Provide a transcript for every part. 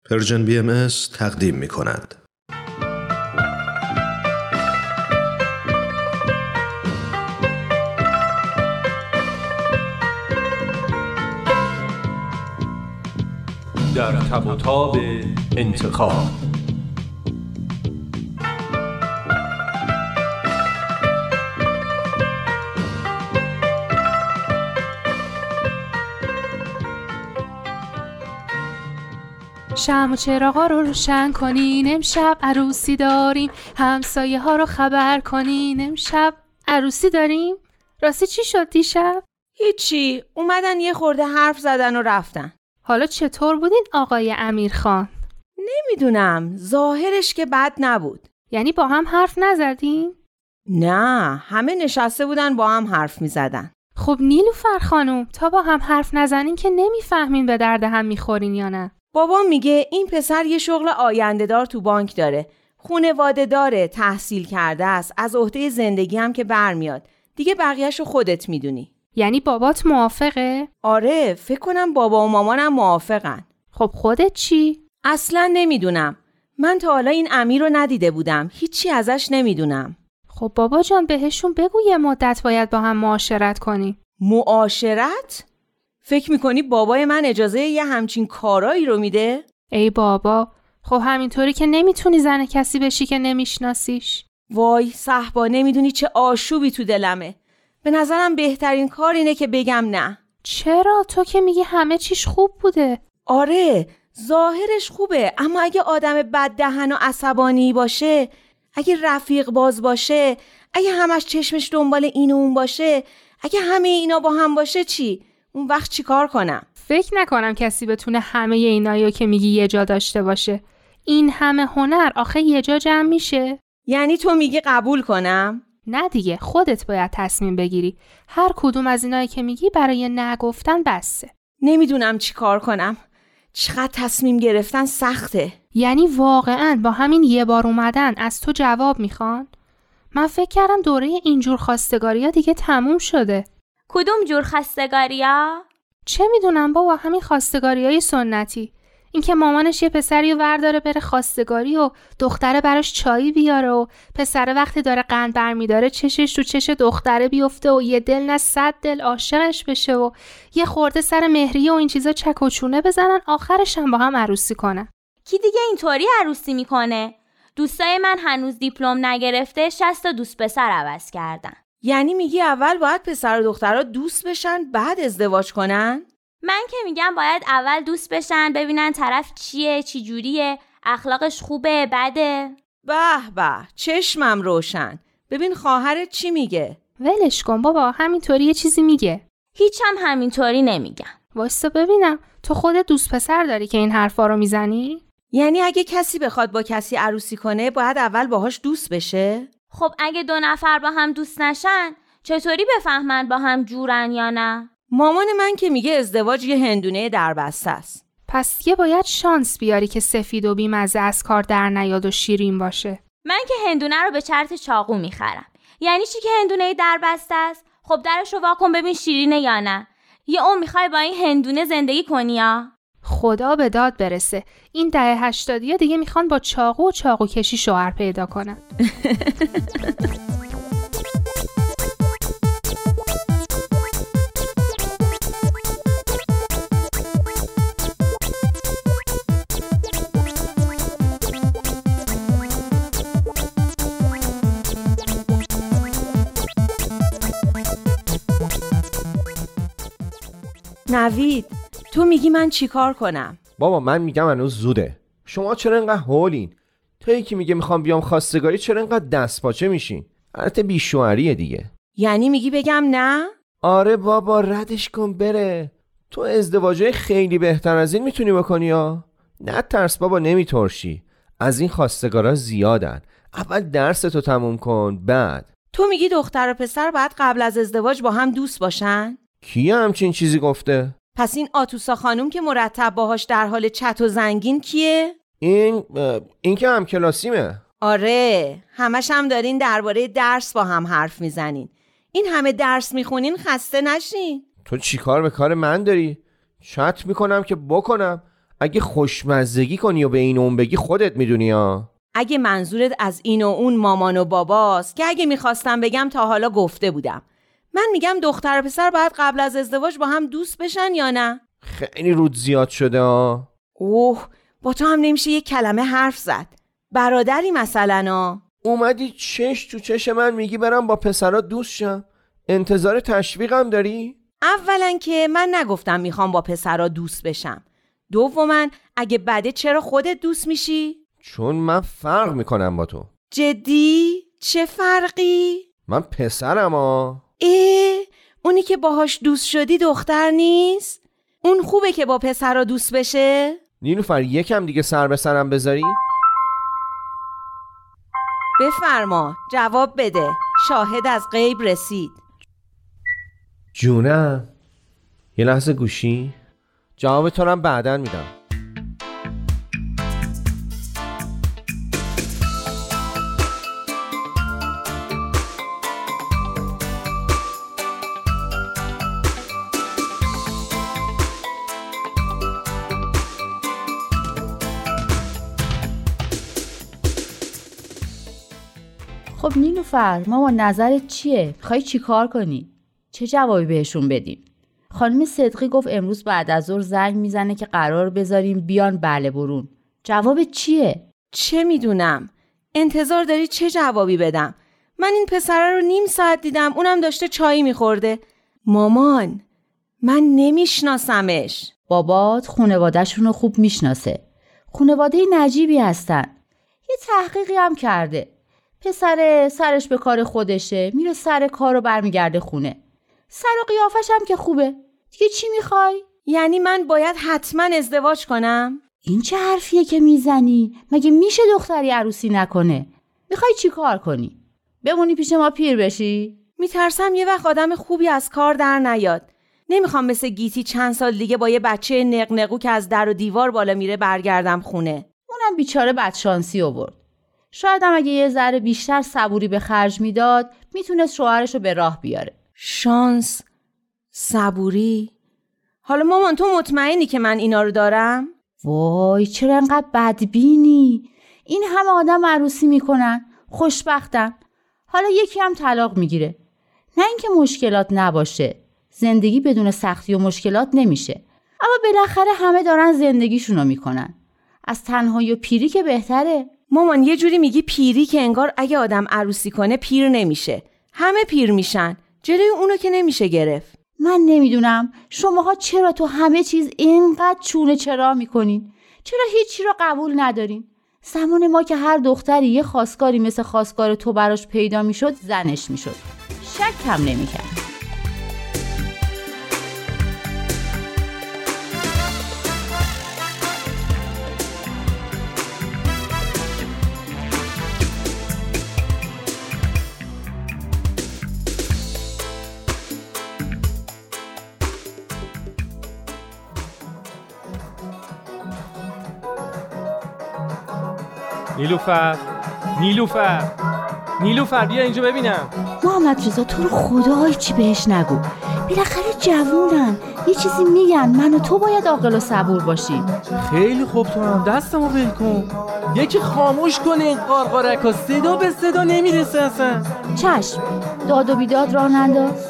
پرژن BMS تقدیم می کند. در تب و تاب انتخاب. شمع و چراغا رو روشن کنین، امشب عروسی داریم، همسایه ها رو خبر کنین، امشب عروسی داریم. راستی چی شد دیشب؟ هیچی، اومدن یه خورده حرف زدن و رفتن. حالا چطور بودین آقای امیرخان؟ نمیدونم، ظاهرش که بد نبود. یعنی با هم حرف نزدین؟ نه، همه نشسته بودن با هم حرف میزدن. خب نیلوفر خانم، تا با هم حرف نزنین که نمیفهمین به درد هم میخورین یا نه. بابام میگه این پسر یه شغل آینده دار تو بانک داره، خونواده داره، تحصیل کرده است، از عهده زندگی هم که برمیاد. دیگه بقیه‌شو خودت میدونی. یعنی بابات موافقه؟ آره، فکر کنم بابا و مامانم موافقن. خب خودت چی؟ اصلا نمیدونم. من تا حالا این امیر رو ندیده بودم. هیچی ازش نمیدونم. خب بابا جان بهشون بگو یه مدت باید با هم معاشرت کنی. معاشرت؟ فکر میکنی بابای من اجازه یه همچین کارایی رو میده؟ ای بابا، خب همینطوری که نمیتونی زن کسی بشی که نمیشناسیش. وای صحبا، نمیدونی چه آشوبی تو دلمه. به نظرم بهترین کار اینه که بگم نه. چرا؟ تو که میگی همه چیش خوب بوده. آره، ظاهرش خوبه، اما اگه آدم بد دهن و عصبانی باشه، اگه رفیق باز باشه، اگه همش چشمش دنبال این و اون باشه، اگه همه اینا با هم باشه چی؟ اون وقت چی کار کنم؟ فکر نکنم کسی بتونه همه اینایو که میگی یه جا داشته باشه. این همه هنر آخه یه جا جمع میشه؟ یعنی تو میگی قبول کنم؟ نه دیگه، خودت باید تصمیم بگیری. هر کدوم از اینایی که میگی برای نگفتن بسه. نمیدونم چی کار کنم. چقدر تصمیم گرفتن سخته. یعنی واقعاً با همین یه بار اومدن از تو جواب میخوان؟ من فکر کردم دوره اینجور خواستگاریا دیگه تموم شده. کدوم جور خواستگاریا؟ چه میدونم بابا، همین خواستگاریای سنتی. اینکه مامانش یه پسری رو ورداره بره خواستگاری و دختره براش چایی بیاره و پسر وقتی داره قند برمیداره چشش تو چش دختره بیفته و یه دل نه 100 دل عاشقش بشه و یه خورده سر مهریه و این چیزا چک و چونه بزنن، آخرش هم با هم عروسی کنن. کی دیگه اینطوری عروسی میکنه؟ دوستای من هنوز دیپلم نگرفته 60 تا دوست پسر عوض کردن. یعنی میگی اول باید پسر و دخترها دوست بشن بعد ازدواج کنن؟ من که میگم باید اول دوست بشن، ببینن طرف چیه، چی جوریه، اخلاقش خوبه، بده. به به، چشمم روشن. ببین خواهرت چی میگه؟ ولش کن بابا، همینطوری یه چیزی میگه. هیچ هم همینطوری نمیگم. واسه ببینم، تو خودت دوست پسر داری که این حرفا رو میزنی؟ یعنی اگه کسی بخواد با کسی عروسی کنه باید اول باهاش دوست بشه؟ خب اگه دو نفر با هم دوست نشن چطوری بفهمن با هم جورن یا نه؟ مامان من که میگه ازدواج یه هندونه دربسته است. پس دیگه باید شانس بیاری که سفید و بیمزه از کار در نیاد و شیرین باشه. من که هندونه رو به چرت چاقو میخرم. یعنی چی که هندونه دربسته است؟ خب درش رو واکن ببین شیرینه یا نه. یه عمر میخوای با این هندونه زندگی کنی یا؟ خدا به داد برسه، این دهه 80 دیگه میخوان با چاقو و چاقو کشی شوهر پیدا کنن. نوید، تو میگی من چی کار کنم؟ بابا من میگم هنوز زوده. شما چرا اینقدر هولین؟ تو یکی میگه میخوام بیام خواستگاری، چرا اینقدر دست پاچه میشین؟ البته بیشوهریه دیگه. یعنی میگی بگم نه؟ آره بابا، ردش کن بره. تو ازدواجه خیلی بهتر از این میتونی بکنی ها. نه ترس بابا، نمیترشی. از این خواستگارا زیادن. اول درستو تموم کن بعد. تو میگی دختر و پسر باید قبل از ازدواج با هم دوست باشن؟ کی همچین چیزی گفته؟ پس این آتوسا خانوم که مرتب باهاش در حال چت و زنگین کیه؟ این که همکلاسیمه. آره، همش هم دارین درباره درس با هم حرف میزنین. این همه درس میخونین خسته نشین؟ تو چی کار به کار من داری؟ چت میکنم که بکنم. اگه خوشمزگی کنی و به این اون بگی خودت میدونی ها. اگه منظورت از این و اون مامان و باباست که اگه میخواستم بگم تا حالا گفته بودم. من میگم دختر و پسر باید قبل از ازدواج با هم دوست بشن یا نه؟ خیلی رود زیاد شده ها. اوه، با تو هم نمیشه یک کلمه حرف زد. برادری مثلا ها. اومدی چش تو چش من میگی برم با پسرا دوست شم. انتظار تشویقم داری؟ اولا که من نگفتم میخوام با پسرا دوست بشم. دوما اگه بده چرا خودت دوست میشی؟ چون من فرق میکنم با تو. جدی؟ چه فرقی؟ من پسرم ها. اونی که باهاش دوست شدی دختر نیست؟ اون خوبه که با پسرا دوست بشه؟ نیلوفر یکم دیگه سر به سرم بذاری؟ بفرما جواب بده. شاهد از غیب رسید. جونم یه لحظه گوشی. جواب تو هم بعداً میدم. خب نیلوفر، ماما نظرت چیه؟ میخوای چی کار کنی؟ چه جوابی بهشون بدیم؟ خانم صدقی گفت امروز بعد از ظهر زنگ میزنه که قرار بذاریم بیان بله برون. جوابت چیه؟ چه میدونم؟ انتظار داری چه جوابی بدم؟ من این پسره رو نیم ساعت دیدم، اونم داشته چایی میخورده. مامان، من نمیشناسمش. بابات خانواده‌شون رو خوب میشناسه. خانواده نجیبی هستن. یه تحقیقی هم کرده. پسر سرش به کار خودشه، میره سر کار و برمیگرده خونه. سر و قیافش هم که خوبه. دیگه چی میخوای؟ یعنی من باید حتما ازدواج کنم؟ این چه حرفیه که میزنی؟ مگه میشه دختری عروسی نکنه؟ میخوای چی کار کنی؟ بمونی پیش ما پیر بشی؟ میترسم یه وقت آدم خوبی از کار در نیاد. نمیخوام مثل گیتی چند سال دیگه با یه بچه نقنقو که از در و دیوار بالا میره برگردم خونه. اونم بیچاره بدشانسی آورد. شاید هم اگه یه ذره بیشتر صبوری به خرج میداد میتونست شوهرشو به راه بیاره. شانس، صبوری. حالا مامان تو مطمئنی که من اینا رو دارم؟ وای چرا انقدر بدبینی؟ این همه آدم عروسی میکنن، خوشبختن. حالا یکی هم طلاق میگیره. نه اینکه مشکلات نباشه. زندگی بدون سختی و مشکلات نمیشه. اما بالاخره همه دارن زندگیشونو میکنن. از تنهایی و پیری که بهتره. مامان یه جوری میگی پیری که انگار اگه آدم عروسی کنه پیر نمیشه. همه پیر میشن. جلوی اونو که نمیشه گرفت. من نمیدونم شماها چرا تو همه چیز اینقدر چونه چرا میکنین؟ چرا هیچی رو قبول ندارین؟ زمان ما که هر دختری یه خواستگاری مثل خواستگار تو براش پیدا میشد زنش میشد. شک هم نمیکرد. نیلوفر بیا اینجا ببینم. محمد رضا تو رو خدا چی بهش نگو. بالاخره جوونن، یه چیزی میگن. من و تو باید عاقل و صبور باشیم. خیلی خوب، تو هم دستمو ول کن. یکی خاموش کنه این قارقارکا، صدا به صدا نمیرسه اصلا. چشم، داد و بیداد راه ننداز.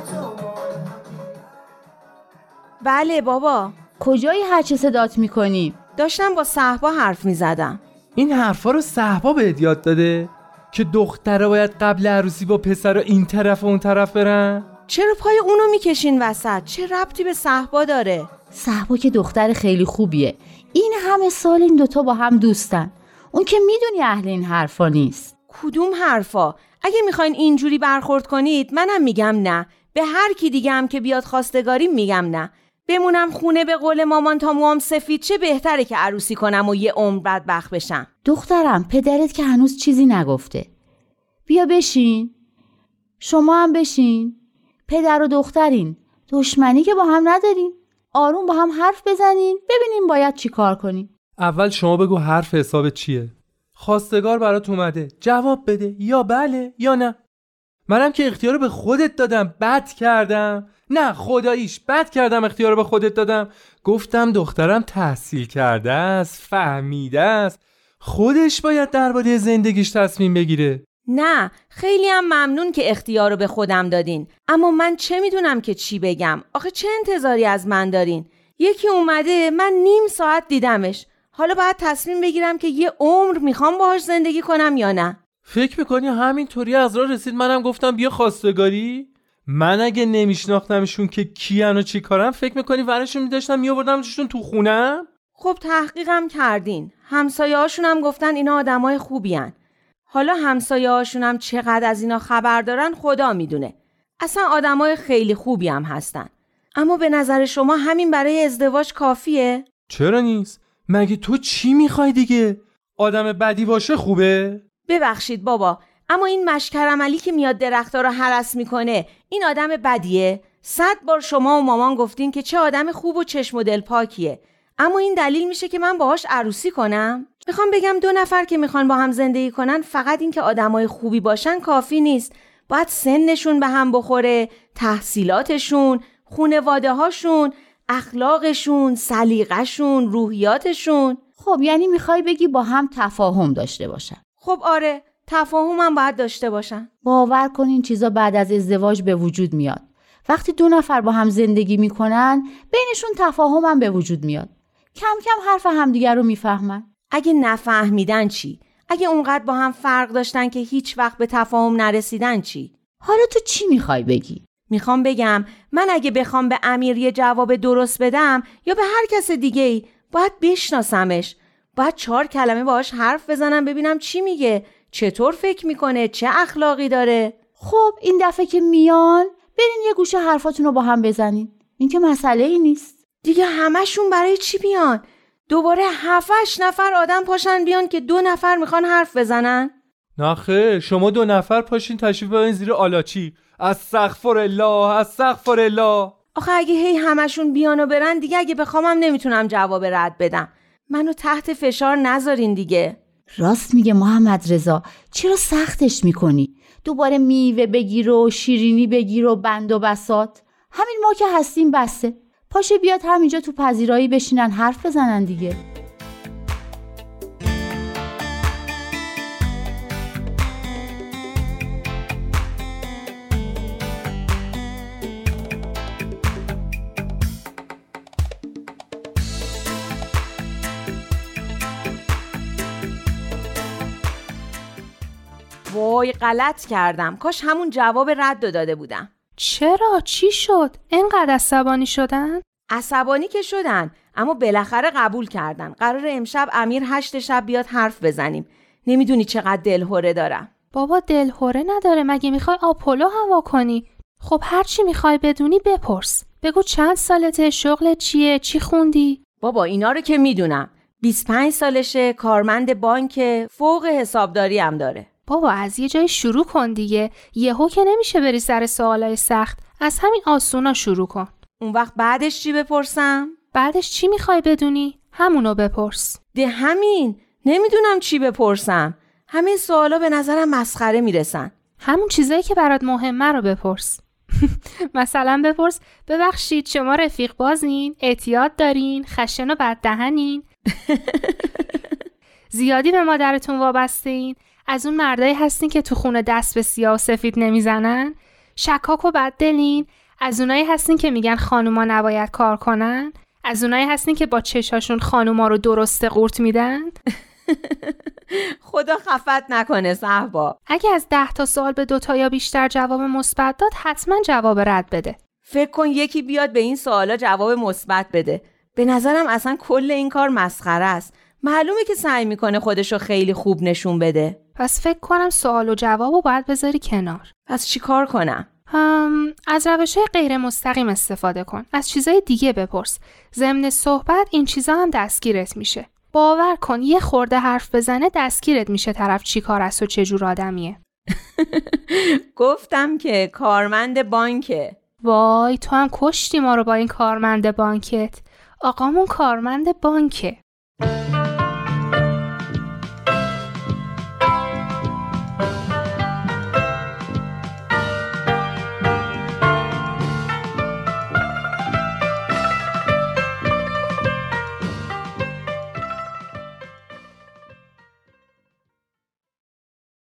بله بابا. کجایی هرچه صدات میکنی؟ داشتم با صحبا حرف میزدم. این حرفا رو صحبا بهت یاد داده که دخترها باید قبل عروسی با پسرها این طرف و اون طرف برن؟ چرا پای اونو میکشین وسط؟ چه ربطی به صحبا داره؟ صحبا که دختر خیلی خوبیه. این همه سال این دوتا با هم دوستن. اون که میدونی اهل این حرفا نیست. کدوم حرفا؟ اگه میخواین اینجوری برخورد کنید منم میگم نه. به هر کی دیگه هم که بیاد خواستگاری میگم نه. بمونم خونه به قول مامان تا موام سفید چه بهتره که عروسی کنم و یه عمر بدبخت بشم. دخترم پدرت که هنوز چیزی نگفته. بیا بشین. شما هم بشین. پدر و دخترین. دشمنی که با هم ندارین. آروم با هم حرف بزنین ببینین باید چی کار کنین. اول شما بگو حرف حساب چیه؟ خواستگار برات اومده، جواب بده یا بله یا نه. منم که اختیار به خودت دادم، بد کردم. نه خداییش بد کردم اختیار به خودت دادم. گفتم دخترم تحصیل کرده است، فهمیده است، خودش باید درباره زندگیش تصمیم بگیره. نه خیلی هم ممنون که اختیار رو به خودم دادین، اما من چه میدونم که چی بگم؟ آخه چه انتظاری از من دارین؟ یکی اومده من نیم ساعت دیدمش، حالا باید تصمیم بگیرم که یه عمر میخوام باهاش زندگی کنم یا نه؟ فکر میکنی همینطوری از راه رسید منم گفتم بیا خواستگاری؟ من اگه نمیشناختمشون که کیان و چی کارن، فکر میکنی ورشون میداشتم میآوردمشون تو خونم؟ خب تحقیقم کردین، همسایه‌هاشون هم گفتن اینا آدمای خوبی هن. حالا همسایه‌هاشون هم چقدر از اینا خبر دارن خدا میدونه. اصلا آدمای خیلی خوبی هم هستن. اما به نظر شما همین برای ازدواج کافیه؟ چرا نیست؟ مگه تو چی میخوای دیگه؟ آدم بدی باشه خوبه؟ ببخشید بابا، اما این مشکرعملی که میاد درخت‌ها رو هرس میکنه این آدم بدیه؟ 100 بار شما و مامان گفتین که چه آدم خوب و چشم و دل پاکیه، اما این دلیل میشه که من باهاش عروسی کنم؟ میخوام بگم 2 نفر که میخوان با هم زندگی کنن فقط این که آدمای خوبی باشن کافی نیست. باید سنشون به هم بخوره، تحصیلاتشون، خانواده هاشون، اخلاقشون، سلیقه‌شون، روحیاتشون. خب یعنی میخوای بگی با هم تفاهم داشته باشن؟ خب آره، تفاهم هم باید داشته باشن. باور کن این چیزا بعد از ازدواج به وجود میاد. وقتی 2 نفر با هم زندگی میکنن بینشون تفاهم هم به وجود میاد. کم کم حرف همدیگر رو میفهمن. اگه نفهمیدن چی؟ اگه اونقدر با هم فرق داشتن که هیچ وقت به تفاهم نرسیدن چی؟ حالا تو چی میخوای بگی؟ میخوام بگم من اگه بخوام به امیر یه جواب درست بدم یا به هر کس دیگه‌ای باید بشناسمش. باید 4 کلمه باهاش حرف بزنم ببینم چی میگه، چطور فکر میکنه، چه اخلاقی داره. خب این دفعه که میان برین یه گوشه حرفاتون رو با هم بزنین. این که مسئله ای نیست. دیگه همشون برای چی بیان؟ دوباره 7-8 نفر آدم پاشن بیان که 2 نفر میخوان حرف بزنن؟ نه خیر، شما 2 نفر پاشین تشریف ببرین زیر آلاچی. استغفرالله استغفرالله. آخه اگه هی همشون بیان و برن دیگه اگه بخوامم نمیتونم جواب رد بدم. منو تحت فشار نذارین دیگه. راست میگه محمد رضا، چرا سختش میکنی؟ دوباره میوه بگیر و شیرینی بگیر و بند و بساط. همین ما که هستیم بسه. پاشه بیاد همینجا تو پذیرایی بشینن حرف بزنن دیگه. وای غلط کردم، کاش همون جواب رد داده بودم. چرا؟ چی شد؟ اینقدر عصبانی شدن؟ عصبانی که شدن، اما بالاخره قبول کردن. قرار امشب امیر 8 شب بیاد حرف بزنیم. نمیدونی چقدر دلهوره دارم. بابا دلهوره نداره، مگه میخوای آپولو هوا کنی؟ خب هر چی میخوای بدونی بپرس. بگو چند سالته، شغلت چیه، چی خوندی؟ بابا اینا رو که میدونم. 25 سالشه، کارمند بانک، فوق حسابداری هم داره. بابا از یه جای شروع کن دیگه. یهو که نمیشه بری سر سوالای سخت. از همین آسونا شروع کن. اون وقت بعدش چی بپرسم؟ بعدش چی میخوای بدونی؟ همونو بپرس. ده همین. نمیدونم چی بپرسم. همین سوالا به نظرم مسخره میرسن. همون چیزایی که برات مهمه رو بپرس. مثلا بپرس ببخشید شما رفیق بازین؟ اعتیاد دارین؟ خشن و بددهنین؟ زیادی به مادرتون وابسته این؟ از اون مردایی هستین که تو خونه دست به سیاه و سفید نمیزنن؟ شکاک و بددلین؟ از اونایی هستین که میگن خانوما نباید کار کنن؟ از اونایی هستین که با چشاشون خانوما رو درسته قورت میدن؟ خدا خفت نکنه صحبا. اگه از 10 تا سوال به 2 تا یا بیشتر جواب مثبت داد حتما جواب رد بده. فکر کن یکی بیاد به این سوالا جواب مثبت بده. به نظرم اصلا کل این کار مسخره است. معلومه که سعی میکنه خودشو خیلی خوب نشون بده. پس فکر کنم سوال و جوابو باید بذاری کنار. پس چی کار کنم؟ از روش‌های غیر مستقیم استفاده کن. از چیزای دیگه بپرس. ضمن صحبت این چیزا هم دستگیرت میشه. باور کن یه خورده حرف بزنه دستگیرت میشه طرف چی کار است و چه جور آدمیه. گفتم که کارمند بانکه. وای تو هم کشتی ما رو با این کارمند بانکت. آقامون کارمند بانکه.